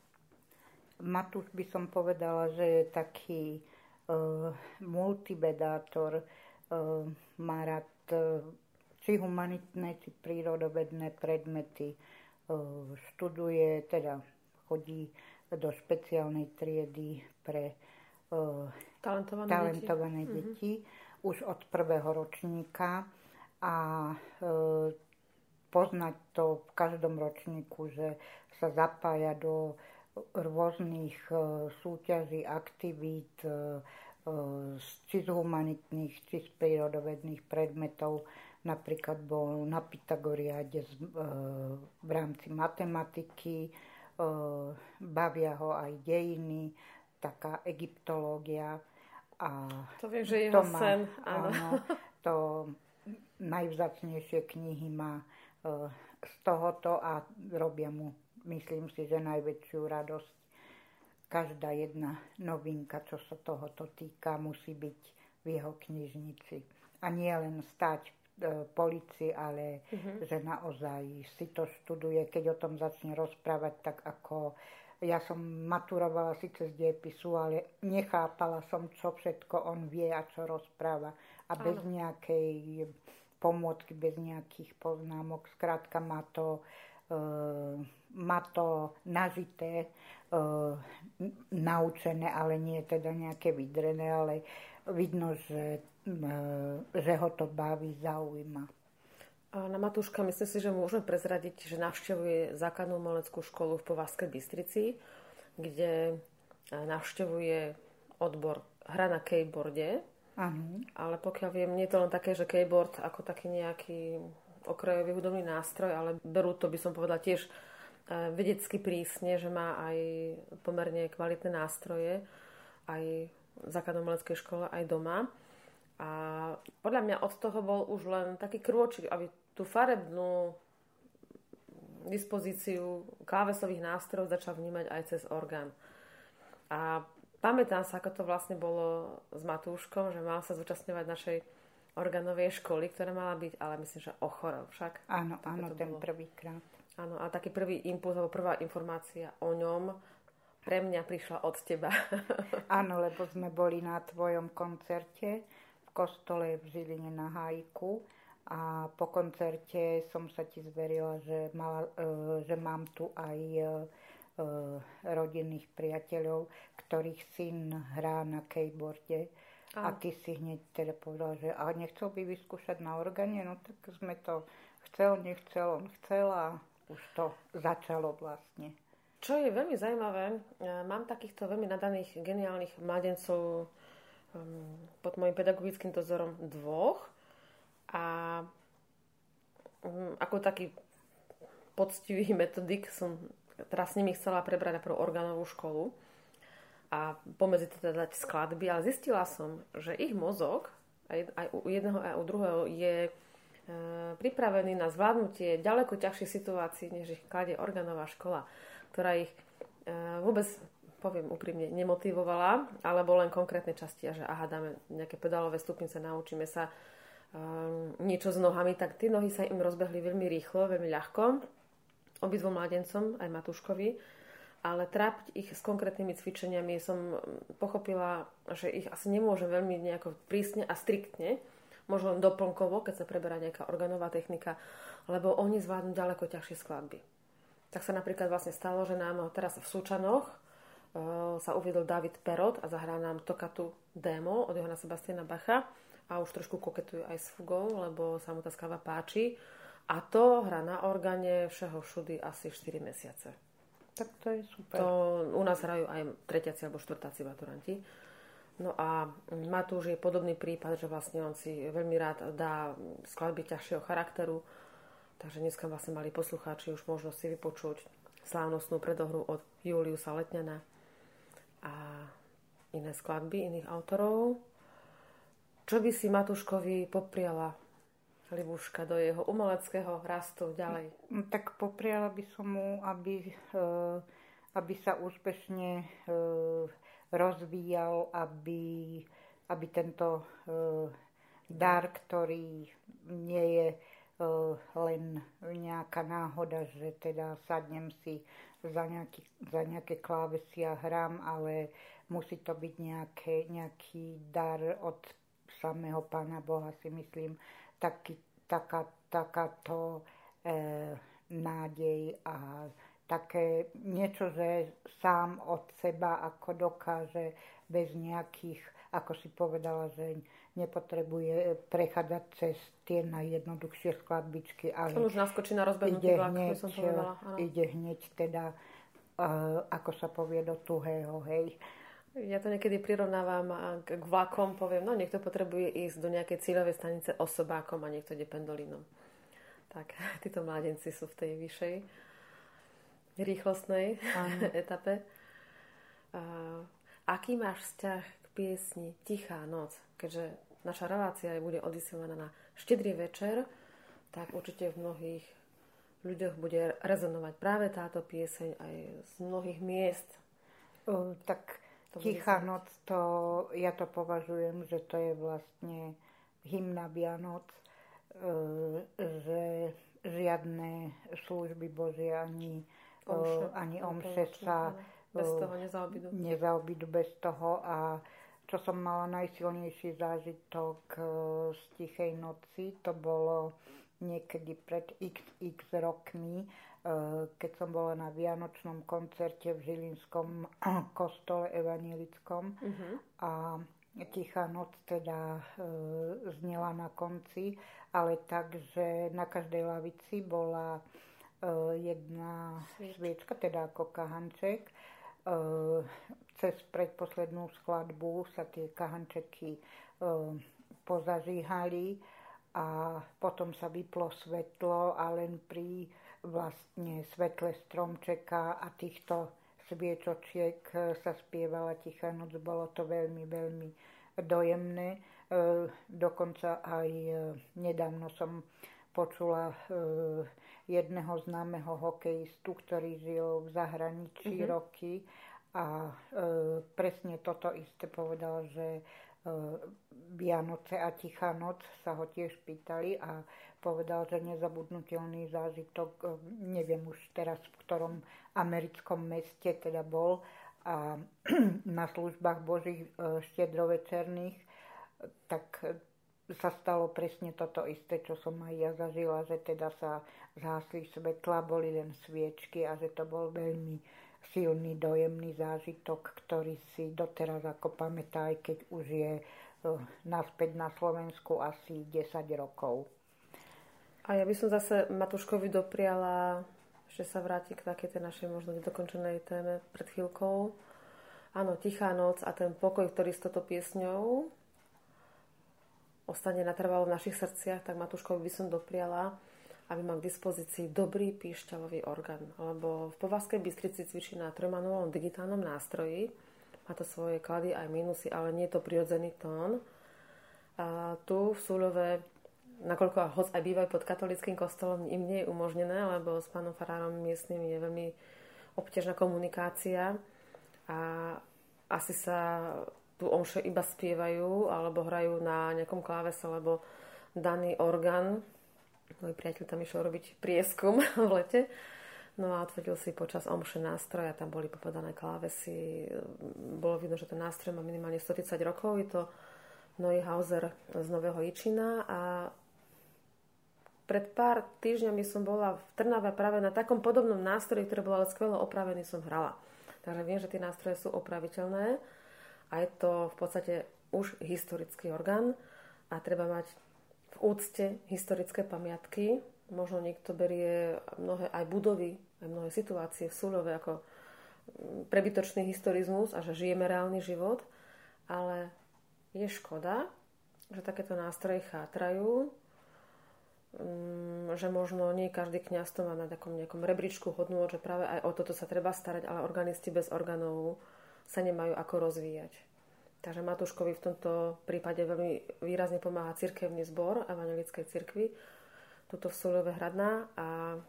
Matúš by som povedala, že je taký uh, multivedátor, uh, má rád uh, či humanitné, či prírodovedné predmety, uh, študuje, teda chodí do špeciálnej triedy pre uh, talentované, talentované deti, deti uh-huh. už od prvého ročníka a uh, poznať to v každom ročníku, že sa zapája do rôznych uh, súťaží, aktivít, uh, uh, či z humanitných, či z prírodovedných predmetov. Napríklad bol na Pythagoriáde uh, v rámci matematiky, uh, bavia ho aj dejiny, taká egyptológia. A to viem, že jeho má, sen. Áno. áno, to najvzácnejšie knihy má uh, z tohoto a robia mu, myslím si, že najväčšiu radosť. Každá jedna novinka, čo sa tohoto týka, musí byť v jeho knižnici. A nie len stať v e, polici, ale uh-huh. že naozaj si to študuje. Keď o tom začne rozprávať, tak ako ja som maturovala síce z dejepisu, ale nechápala som, čo všetko on vie a čo rozpráva. A bez Áno. nejakej pomôcky, bez nejakých poznámok. Skrátka má to Uh, má to nažité, uh, naučené, ale nie teda nejaké vydrené, ale vidno, že, uh, že ho to baví, zaujíma. A na Matúška, myslím si, že môžeme prezradiť, že navštevuje základnú umeleckú školu v Považskej Bystrici, kde navštevuje odbor hra na keyboarde Áno. Ale pokiaľ viem, nie je to len také, že keyboard ako taký nejaký okrajový hudobný nástroj, ale berú to, by som povedala, tiež vedecky prísne, že má aj pomerne kvalitné nástroje, aj v základnom umeleckej škole, aj doma. A podľa mňa od toho bol už len taký krôčik, aby tú farebnú dispozíciu klávesových nástrojov začal vnímať aj cez orgán. A pamätám sa, ako to vlastne bolo s Matúškom, že mal sa zúčastňovať našej organovej školy, ktorá mala byť, ale myslím, že ochorel však. Áno, áno, ten prvýkrát. Áno, a taký prvý impuls, alebo prvá informácia o ňom pre mňa prišla od teba. Áno, lebo sme boli na tvojom koncerte v kostole v Žiline na Hájku a po koncerte som sa ti zverila, že, mala, že mám tu aj rodinných priateľov, ktorých syn hrá na keyboarde. A ty si hneď teda povedal, že a nechcel by vyskúšať na orgáne, no tak sme to chcel, nechcel, on chcel a už to začalo vlastne. Čo je veľmi zaujímavé, mám takýchto veľmi nadaných, geniálnych mladencov pod môjim pedagogickým dozorom dvoch a ako taký poctivý metodik som teraz s nimi chcela prebrať na prvú orgánovú školu a pomedzi to teda dať skladby, ale zistila som, že ich mozog aj, aj u jedného, aj u druhého je pripravení na zvládnutie ďaleko ťažších situácií, než ich kladie organová škola, ktorá ich vôbec, poviem úprimne, nemotivovala, alebo len konkrétne časti, a že aha, dáme nejaké pedálové stupnice, naučíme sa um, niečo s nohami, tak tie nohy sa im rozbehli veľmi rýchlo, veľmi ľahko, obidvom mladencom, aj Matúškovi, ale trápiť ich s konkrétnymi cvičeniami som pochopila, že ich asi nemôžem veľmi nejako prísne a striktne, možno len doplnkovo, keď sa preberá nejaká organová technika, lebo oni zvládnu ďaleko ťažšie skladby. Tak sa napríklad vlastne stalo, že nám teraz v Súčanoch uh, sa uviedol David Perot a zahral nám Toccatu démo od Johanna Sebastiana Bacha a už trošku koketuje aj s fugou, lebo sa mu tá skladba páči. A to hrá na orgáne všeho všudy asi štyri mesiace. Tak to je super. To u nás hrajú aj tretiaci alebo štvrtáci maturanti. No a Matúš je podobný prípad, že vlastne on si veľmi rád dá skladby ťažšieho charakteru. Takže dneska vlastne mali poslucháči už možnosť si vypočuť slávnostnú predohru od Juliusa Letňana a iné skladby iných autorov. Čo by si Matúškovi popriala, Libuška, do jeho umeleckého rastu ďalej? No, tak popriala by som mu, aby, aby sa úspešne rozvíjal, aby, aby tento dar, ktorý nie je len nejaká náhoda, že teda sadnem si za, nejaký, za nejaké klávesy a hrám, ale musí to byť nejaké, nejaký dar od samého Pána Boha, si myslím, taký, taká, takáto e, nádej a také niečo, že sám od seba ako dokáže bez nejakých, ako si povedala, že nepotrebuje prechádzať cez tie najjednoduchšie skladbičky, ale on už naskočí na rozbehnutý vlak, hneď, som povedala. Áno. Ide hneď teda, uh, ako sa povie, do tuhého, hej. Ja to niekedy prirovnávam k vlakom, poviem, no niekto potrebuje ísť do nejakej cieľovej stanice osobákom a niekto ide pendolínom. Tak, títo mládenci sú v tej vyššej rýchlostnej etape. Uh, aký máš vzťah k piesni Tichá noc? Keďže naša relácia bude odvysielaná na štedrý večer, tak určite v mnohých ľuďoch bude rezonovať práve táto pieseň aj z mnohých miest. Uh, tak Tichá noc, to, ja to považujem, že to je vlastne hymna Vianoc, uh, že žiadne služby Božie ani omše, ani omše sa bez toho nezaobídu. nezaobídu bez toho. A čo som mala najsilnejší zážitok z Tichej noci, to bolo niekedy pred iks iks rokmi, keď som bola na vianočnom koncerte v Žilinskom kostole evanjelickom. Uh-huh. A Tichá noc teda znela na konci, ale tak, že na každej lavici bola jedna sviečka, teda ako kahanček. cez predposlednú skladbu sa tie kahančeky e, pozažíhali a potom sa vyplo svetlo a len pri vlastne svetle stromčeka a týchto sviečočiek sa spievala Tichá noc. Bolo to veľmi, veľmi dojemné. E, dokonca aj e, nedávno som počula e, jedného známeho hokejistu, ktorý žil v zahraničí mm-hmm. roky a e, presne toto isté povedal, že e, Vianoce a Tichá noc sa ho tiež pýtali a povedal, že nezabudnutelný zážitok, e, neviem už teraz v ktorom americkom meste teda bol a na službách Božích e, štiedrovečerných, tak sa stalo presne toto isté, čo som aj ja zažila, že teda sa zhasli svetla, boli len sviečky a že to bol veľmi silný, dojemný zážitok, ktorý si doteraz ako pamätá, aj keď už je uh, naspäť na Slovensku asi desať rokov. A ja by som zase Matúškovi dopriala, že sa vráti k takej tej našej možno nedokončenej téme pred chvíľkou. Áno, Tichá noc a ten pokoj, ktorý s touto piesňou ostane natrvalo v našich srdciach, tak Matúškovi by som dopriala, aby mal k dispozícii dobrý píšťalový orgán. Lebo v Považskej Bystrici cvičí na trojmanuálnom digitálnom nástroji. Má to svoje klady aj minusy, ale nie je to prirodzený tón. A tu v Súľove, nakoľko hoc aj bývajú pod katolíckym kostolom, im nie je umožnené, lebo s pánom farárom miestnym je veľmi obťažná komunikácia. A asi sa tu omše iba spievajú alebo hrajú na nejakom klávese, lebo daný orgán, môj priateľ tam išiel robiť prieskum v lete, no a odvedil si počas omše nástroj a tam boli popadané klávesy. Bolo vidno, že ten nástroj má minimálne stotridsať rokov. Je to Neuhauser z Nového Jičína a pred pár týždňami som bola v Trnave práve na takom podobnom nástroji, ktorý bol ale skvelo opravený, som hrala. Takže viem, že tie nástroje sú opraviteľné. A je to v podstate už historický orgán a treba mať v úcte historické pamiatky. Možno niekto berie mnohé aj budovy, aj mnohé situácie v Súľove ako prebytočný historizmus a že žijeme reálny život, ale je škoda, že takéto nástroje chátrajú, že možno nie každý kňaz to má na takom nejakom rebríčku hodnôt, že práve aj o toto sa treba starať, ale organisti bez orgánov sa nemajú ako rozvíjať. Takže Matúškovi v tomto prípade veľmi výrazne pomáha cirkevný zbor Evanjelickej cirkvi, tuto v Súľove Hradná, a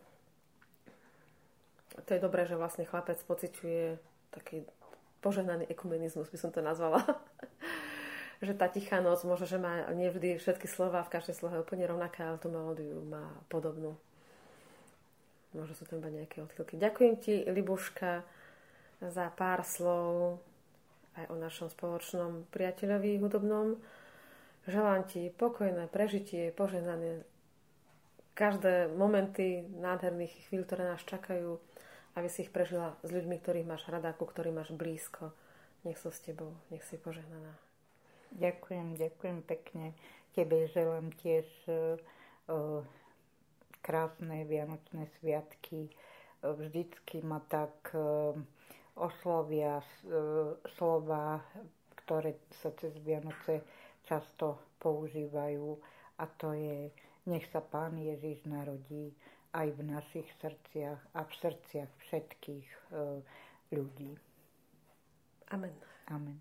to je dobré, že vlastne chlapec pociťuje taký požehnaný ekumenizmus, by som to nazvala. Že tá Tichá noc, možno, že má nevždy všetky slova, v každej slohe úplne rovnaké, ale tú melódiu má podobnú. Možno sú tam iba nejaké odchýlky. Ďakujem ti, Libuška, za pár slov aj o našom spoločnom priateľovi hudobnom. Želám ti pokojné prežitie, požehnané každé momenty nádherných chvíľ, ktoré nás čakajú, aby si ich prežila s ľuďmi, ktorých máš rada, ku ktorým máš blízko. Nech sú s tebou, nech si požehnaná. Ďakujem, ďakujem pekne. Tebe želám tiež uh, krásne vianočné sviatky. Vždycky ma tak uh, oslovia uh, slova, ktoré sa cez Vianoce často používajú, a to je: nech sa Pán Ježiš narodí aj v našich srdciach a v srdciach všetkých uh, ľudí. Amen. Amen.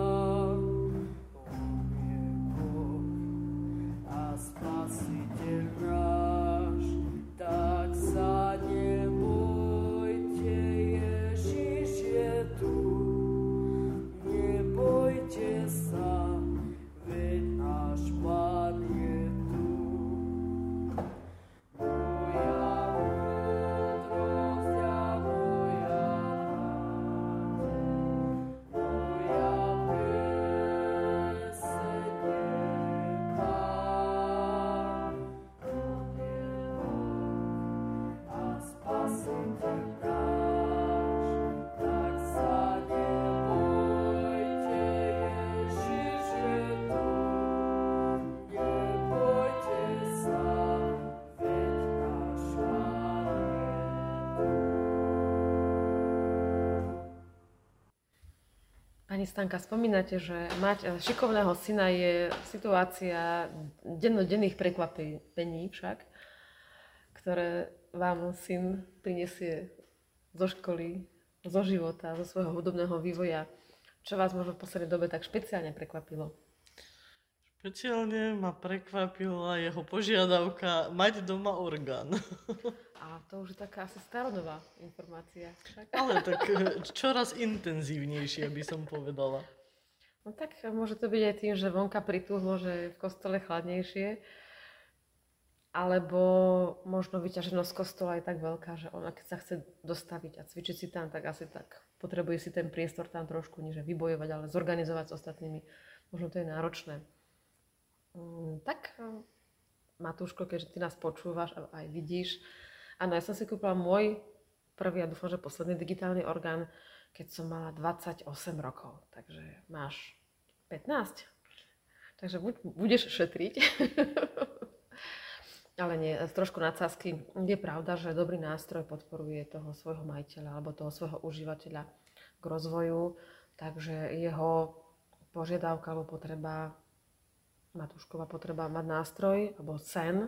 Pani Stanka, spomínate, že mať šikovného syna je situácia dennodenných prekvapení však, ktoré vám syn prinesie zo školy, zo života, zo svojho hudobného vývoja. Čo vás možno v poslednej dobe tak špeciálne prekvapilo? Špeciálne ma prekvapila jeho požiadavka mať doma orgán. A to už je taká asi starodobá informácia. Však? Ale tak eh, čoraz intenzívnejšie by som povedala. No tak môže to byť aj tým, že vonka prituhlo, že je v kostole chladnejšie. Alebo možno vyťaženosť kostola je tak veľká, že ona keď sa chce dostaviť a cvičiť si tam, tak asi tak potrebuje si ten priestor tam trošku, nie že vybojovať, ale zorganizovať s ostatnými. Možno to je náročné. Mm, tak, Matúško, keďže ty nás počúvaš a aj vidíš, áno, ja som si kúpila môj prvý a dúfam, že posledný digitálny orgán, keď som mala dvadsaťosem rokov. Takže máš pätnásť. Takže buď, budeš šetriť. Ale nie, trošku nadsázky. Je pravda, že dobrý nástroj podporuje toho svojho majiteľa alebo toho svojho užívateľa k rozvoju. Takže jeho požiadavka alebo potreba, Matúšková potreba mať nástroj alebo sen,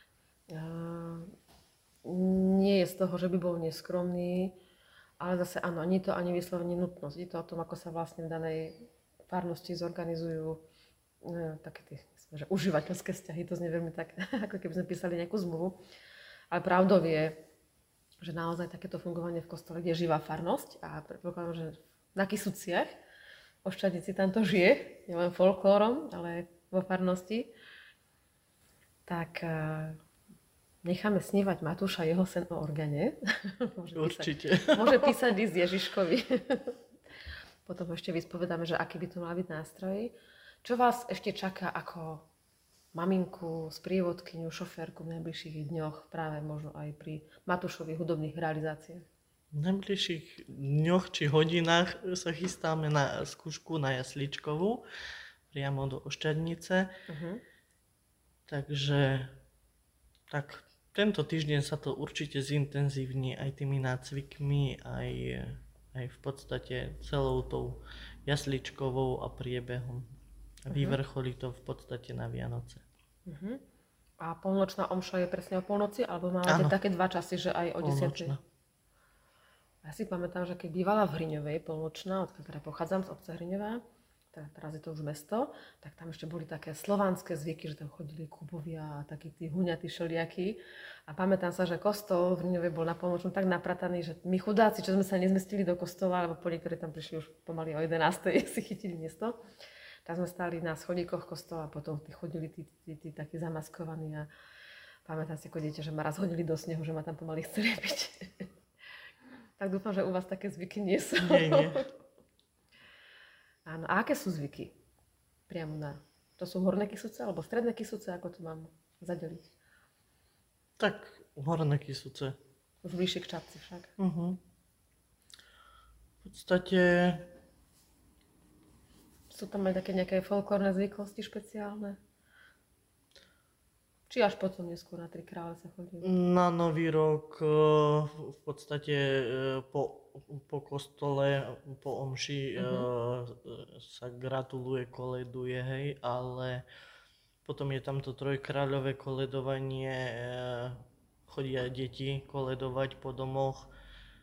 nie je z toho, že by bol neskromný, ale zase áno, nie je to ani vyslovene nutnosť. Je to o tom, ako sa vlastne v danej farnosti zorganizujú e, také tie že užívateľské vzťahy. To znie veľmi tak, ako keby sme písali nejakú zmluvu. Ale pravdou je, že naozaj takéto fungovanie v kostole, kde je živá farnosť a predpokladám, že na Kysuciach, Oščadnici tam to žije, nielen folklórom, ale vo farnosti, tak necháme snívať Matúša jeho sen o orgáne. Môže Určite. Písať, môže písať list Ježiškovi. Potom ešte vyspovedáme, že aký by to mal byť nástroj. Čo vás ešte čaká ako maminku, sprievodkyňu, šoférku v najbližších dňoch, práve možno aj pri Matúšových hudobných realizáciách? V najbližších dňoch či hodinách sa chystáme na skúšku na jasličkovú, priamo do Oščadnice. Uh-huh. Takže tak tento týždeň sa to určite zintenzívni aj tými nácvikmi, aj, aj v podstate celou tou jasličkovou a priebehom. Uh-huh. Vyvrcholí to v podstate na Vianoce. Uh-huh. A polnočná omša je presne o polnoci? Alebo máte také dva časy, že aj o desiatej? Ja si pamätám, že keď bývala v Hriňovej polnočná, odkiaľ teda pochádzam z obce Hriňová, teda teraz je to už mesto, tak tam ešte boli také slovanské zvyky, že tam chodili kúbovia a takí tí huňatí šeliakí. A pamätám sa, že kostol v Hriňovej bol na polnočnú tak naprataný, že my chudáci, čo sme sa nezmestili do kostola, alebo po niektorí tam prišli už pomaly o jedenástej si chytili miesto, tak sme stáli na schodíkoch kostola a potom tí chodili tí, tí, tí, tí takí zamaskovaní a pamätám si ako dieťa, že ma raz hodili do snehu, že ma tam pomaly chceli byť. Tak dúfam, že u vás také zvyky nie sú. Nie, nie. Áno, a aké sú zvyky? Priamo na... To sú horné Kysuce alebo stredné Kysuce, ako to mám zadeliť? Tak, horné Kysuce. Už bližšie k Čapci však. Uh-huh. V podstate... Sú tam aj také nejaké folklórne zvyklosti špeciálne? Či až potom neskôr na Tri krále sa chodí? Na Nový rok v podstate po, po kostole, po omši uh-huh. sa gratuluje, koleduje, hej, ale potom je tam to trojkráľové koledovanie, chodia deti koledovať po domoch.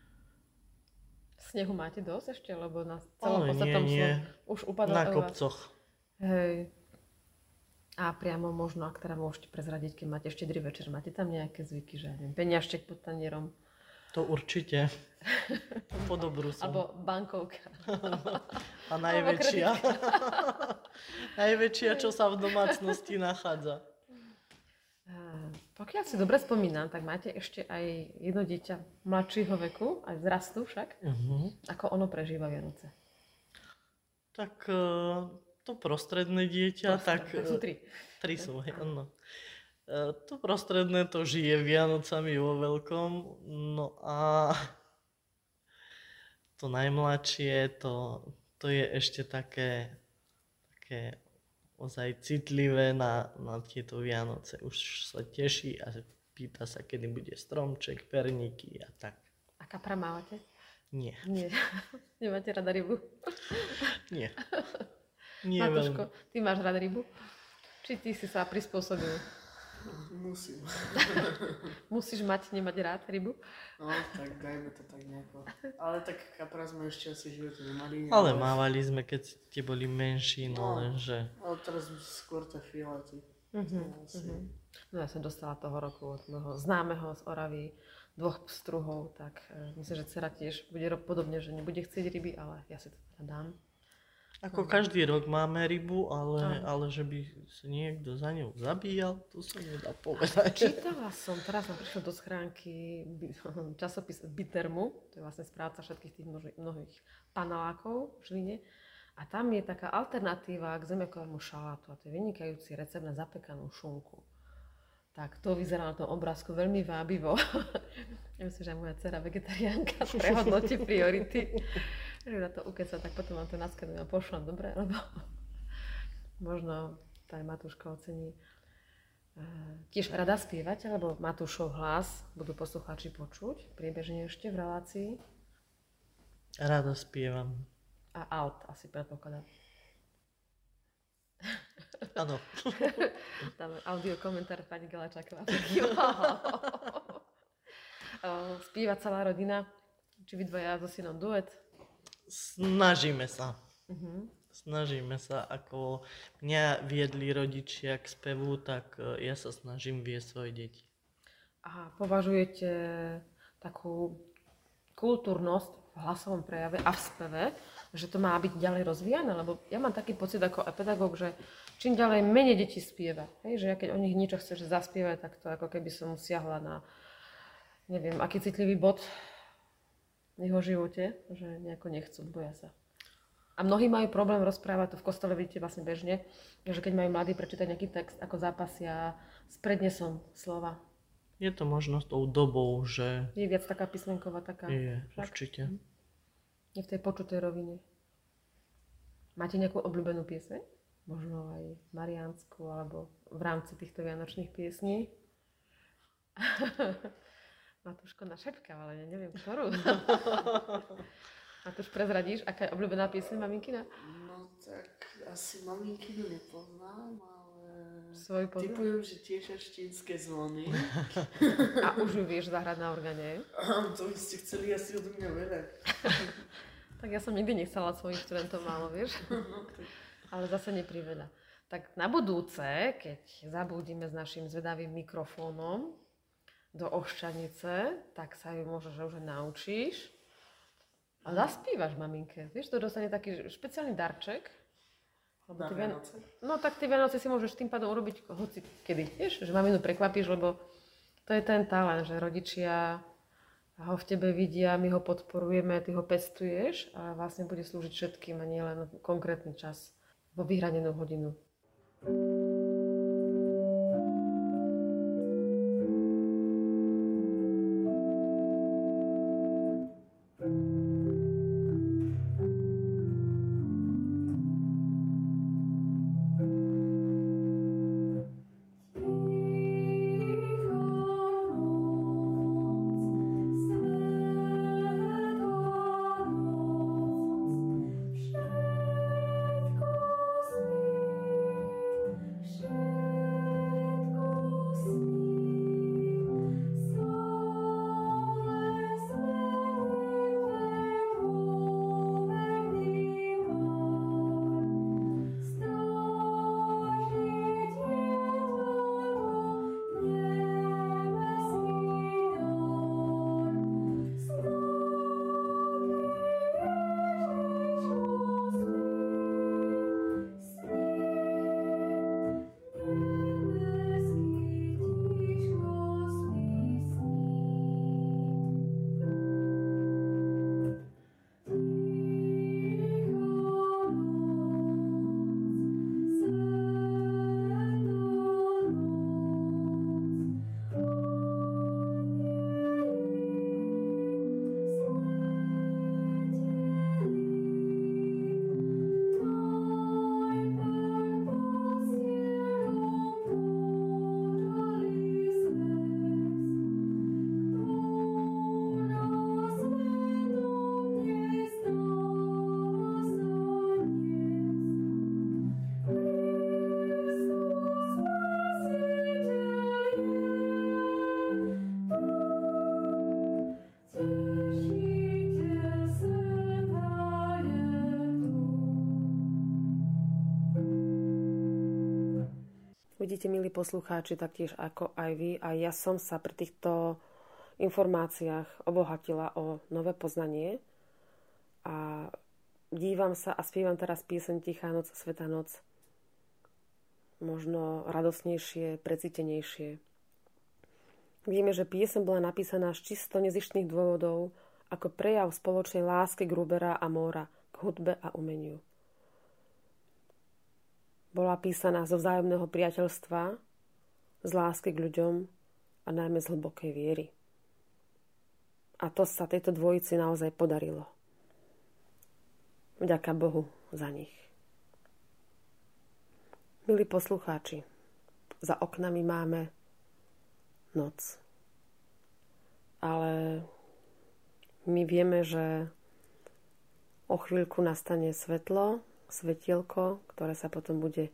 Snehu máte dosť ešte, lebo na celom podstatnom už upadlo na kopcoch. Hej. A priamo možno, ak teda môžete prezradiť, keď máte štedrý večer, máte tam nejaké zvyky, že neviem, peniažtek pod tanierom? To určite. Po dobrú som. Alebo bankovka. A najväčšia. Najväčšia, čo sa v domácnosti nachádza. Pokiaľ si dobre spomínam, tak máte ešte aj jedno dieťa mladšieho veku, aj vzrastu však. Uh-huh. Ako ono prežíva Vianoce? Tak... To prostredné dieťa, prostredné, tak... tak sú tri. Tri sú, hej, áno. To prostredné to žije Vianocami vo veľkom, no a to najmladšie, to, to je ešte také, také ozaj citlivé na, na tieto Vianoce. Už sa teší a pýta sa, kedy bude stromček, perníky a tak. A kapra máte? Nie. Nie. Nemáte rada rybu? Nie. Nie Matúško, veľmi. ty máš rád rybu? Či ty si sa prispôsobil? Musím. Musíš mať, nemať rád rybu? No, tak dajme to tak nejako. Ale tak kapra sme ešte asi v živote nemali. Ale mávali sme, keď ste boli menší, no No. lenže... Ale teraz skôr tie filety. Mhm. No ja som dostala toho roku od môjho známeho z Oravy dvoch pstruhov, tak e, myslím, že dcera tiež bude ro- podobne, že nebude chcieť ryby, ale ja si to teda dám. Ako každý rok máme rybu, ale, ale že by sa niekto za ňou zabíjal, to sa nedá povedať. Čítala som, teraz som prišla do schránky by- časopis Bittermu, to je vlastne správca všetkých tých množi- mnohých panelákov v Žiline. A tam je taká alternatíva k zemiakovému šalátu a to je vynikajúci recept na zapekanú šunku. Tak to vyzerá na tom obrázku veľmi vábivo. Ja myslím, že aj moja dcera vegetariánka prehodnotí priority. Že na to ukeca, tak potom vám to naskenujem a pošlem, dobre? Lebo možno tá aj Matúška ocení. Tiež rada spievať, alebo Matúšov hlas budú poslucháči počuť priebežne ešte v relácii. Rada spievam. A alt asi predpokladám. Áno. Dáme audio komentár pani Galačáková. Spieva celá rodina? Či vy dvaja so synom duet? Snažíme sa. Uh-huh. Snažíme sa, ako mňa viedli rodičia k spevu, tak e, ja sa snažím viesť svoje deti. A považujete takú kultúrnosť v hlasovom prejave a v speve, že to má byť ďalej rozvíjane? Lebo ja mám taký pocit ako aj pedagóg, že čím ďalej menej detí spieva. Hej? Že ja keď o nich niečo chceš zaspievať, tak to ako keby som siahla na neviem, aký citlivý bod v jeho živote, že nejako nechcú, boja sa. A mnohí majú problém rozprávať, to v kostole vidíte vlastne bežne, že keď majú mladí prečítať nejaký text, ako zápasia s prednesom slova. Je to možno s tou dobou, že Je viac taká písmenková, taká. je, však? určite. Je v tej počutej rovine. Máte nejakú obľúbenú pieseň? Možno aj mariánsku, alebo v rámci týchto vianočných piesní? Matúško našepká, ale ja neviem ktorú. Matúš, prezradíš, aká je obľúbená pieseň maminkina? No tak asi maminkinu nepoznám, ale Svoju poznám? typujem, že tiež štínske zvony. A už ju vieš zahrať na orgáne? To by ste chceli asi odo mňa vedať. Tak ja som nikdy nechcela od svojich študentov málo, vieš? Ale zase nepriveľa. Tak na budúce, keď zabudíme s našim zvedavým mikrofónom do Oščanice, tak sa ju možno, že už naučíš. A zaspívaš maminke. Vieš, to dostane taký špeciálny darček. Lebo Na ty Vian- Vianoce? No tak ty Vianoce si môžeš tým pádom urobiť hoci kedy. Vieš, že maminu prekvapíš, lebo to je ten talent, že rodičia ho v tebe vidia, my ho podporujeme, ty ho pestuješ a vlastne bude slúžiť všetkým a nie len konkrétny čas vo vyhranenú hodinu. Všetko zlý vidíte, milí poslucháči, taktiež ako aj vy, a ja som sa pri týchto informáciách obohatila o nové poznanie a dívam sa a spievam teraz pieseň Tichá noc, Svätá noc možno radosnejšie, precítenejšie. Vieme, že pieseň bola napísaná z čisto nezištných dôvodov ako prejav spoločnej lásky Grubera a Móra k hudbe a umeniu. Bola písaná zo vzájomného priateľstva, z lásky k ľuďom a najmä z hlbokej viery. A to sa tejto dvojici naozaj podarilo. Vďaka Bohu za nich. Milí poslucháči, za oknami máme noc. Ale my vieme, že o chvíľku nastane svetlo, svetielko, ktoré sa potom bude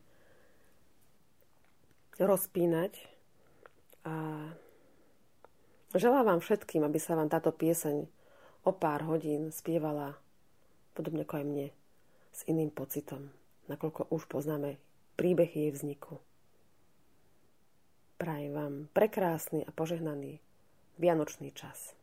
rozpínať. A želám vám všetkým, aby sa vám táto pieseň o pár hodín spievala, podobne ako aj mne, s iným pocitom, nakoľko už poznáme príbeh jej vzniku. Prajem vám prekrásny a požehnaný vianočný čas.